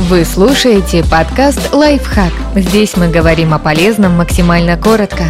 Вы слушаете подкаст «Лайфхак». Здесь мы говорим о полезном максимально коротко.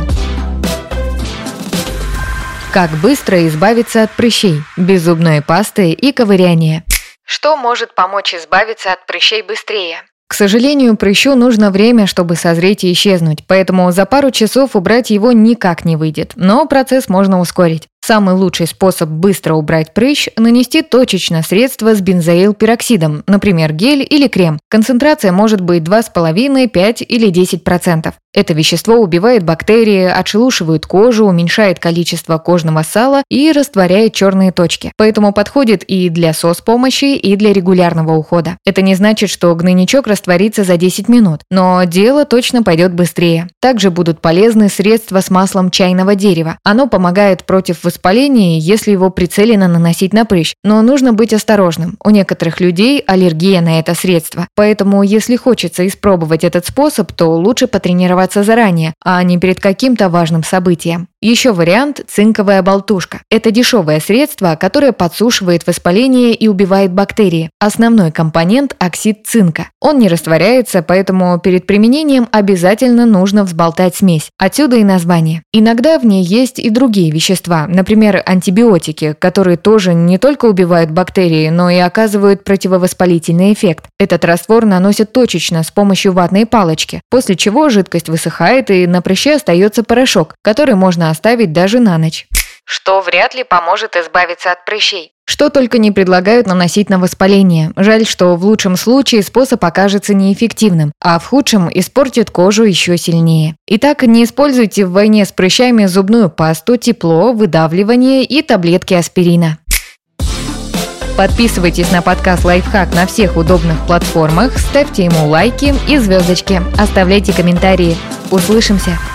Как быстро избавиться от прыщей, без зубной пасты и ковыряния. Что может помочь избавиться от прыщей быстрее? К сожалению, прыщу нужно время, чтобы созреть и исчезнуть, поэтому за пару часов убрать его никак не выйдет, но процесс можно ускорить. Самый лучший способ быстро убрать прыщ – нанести точечно средство с бензоилпероксидом, например, гель или крем. Концентрация может быть 2,5, 5 или 10%. Это вещество убивает бактерии, отшелушивает кожу, уменьшает количество кожного сала и растворяет черные точки. Поэтому подходит и для соцпомощи, и для регулярного ухода. Это не значит, что гнойничок растворится за 10 минут, но дело точно пойдет быстрее. Также будут полезны средства с маслом чайного дерева. Оно помогает против воспаления, если его прицеленно наносить на прыщ, но нужно быть осторожным. У некоторых людей аллергия на это средство. Поэтому, если хочется испробовать этот способ, то лучше потренироваться заранее, а не перед каким-то важным событием. Еще вариант – цинковая болтушка. Это дешевое средство, которое подсушивает воспаление и убивает бактерии. Основной компонент – оксид цинка. Он не растворяется, поэтому перед применением обязательно нужно взболтать смесь. Отсюда и название. Иногда в ней есть и другие вещества, например, антибиотики, которые тоже не только убивают бактерии, но и оказывают противовоспалительный эффект. Этот раствор наносят точечно с помощью ватной палочки, после чего жидкость высыхает и на прыще остается порошок, который можно оставить даже на ночь. Что вряд ли поможет избавиться от прыщей. Что только не предлагают наносить на воспаление. Жаль, что в лучшем случае способ окажется неэффективным, а в худшем испортит кожу еще сильнее. Итак, не используйте в войне с прыщами зубную пасту, тепло, выдавливание и таблетки аспирина. Подписывайтесь на подкаст «Лайфхак» на всех удобных платформах, ставьте ему лайки и звездочки, оставляйте комментарии. Услышимся!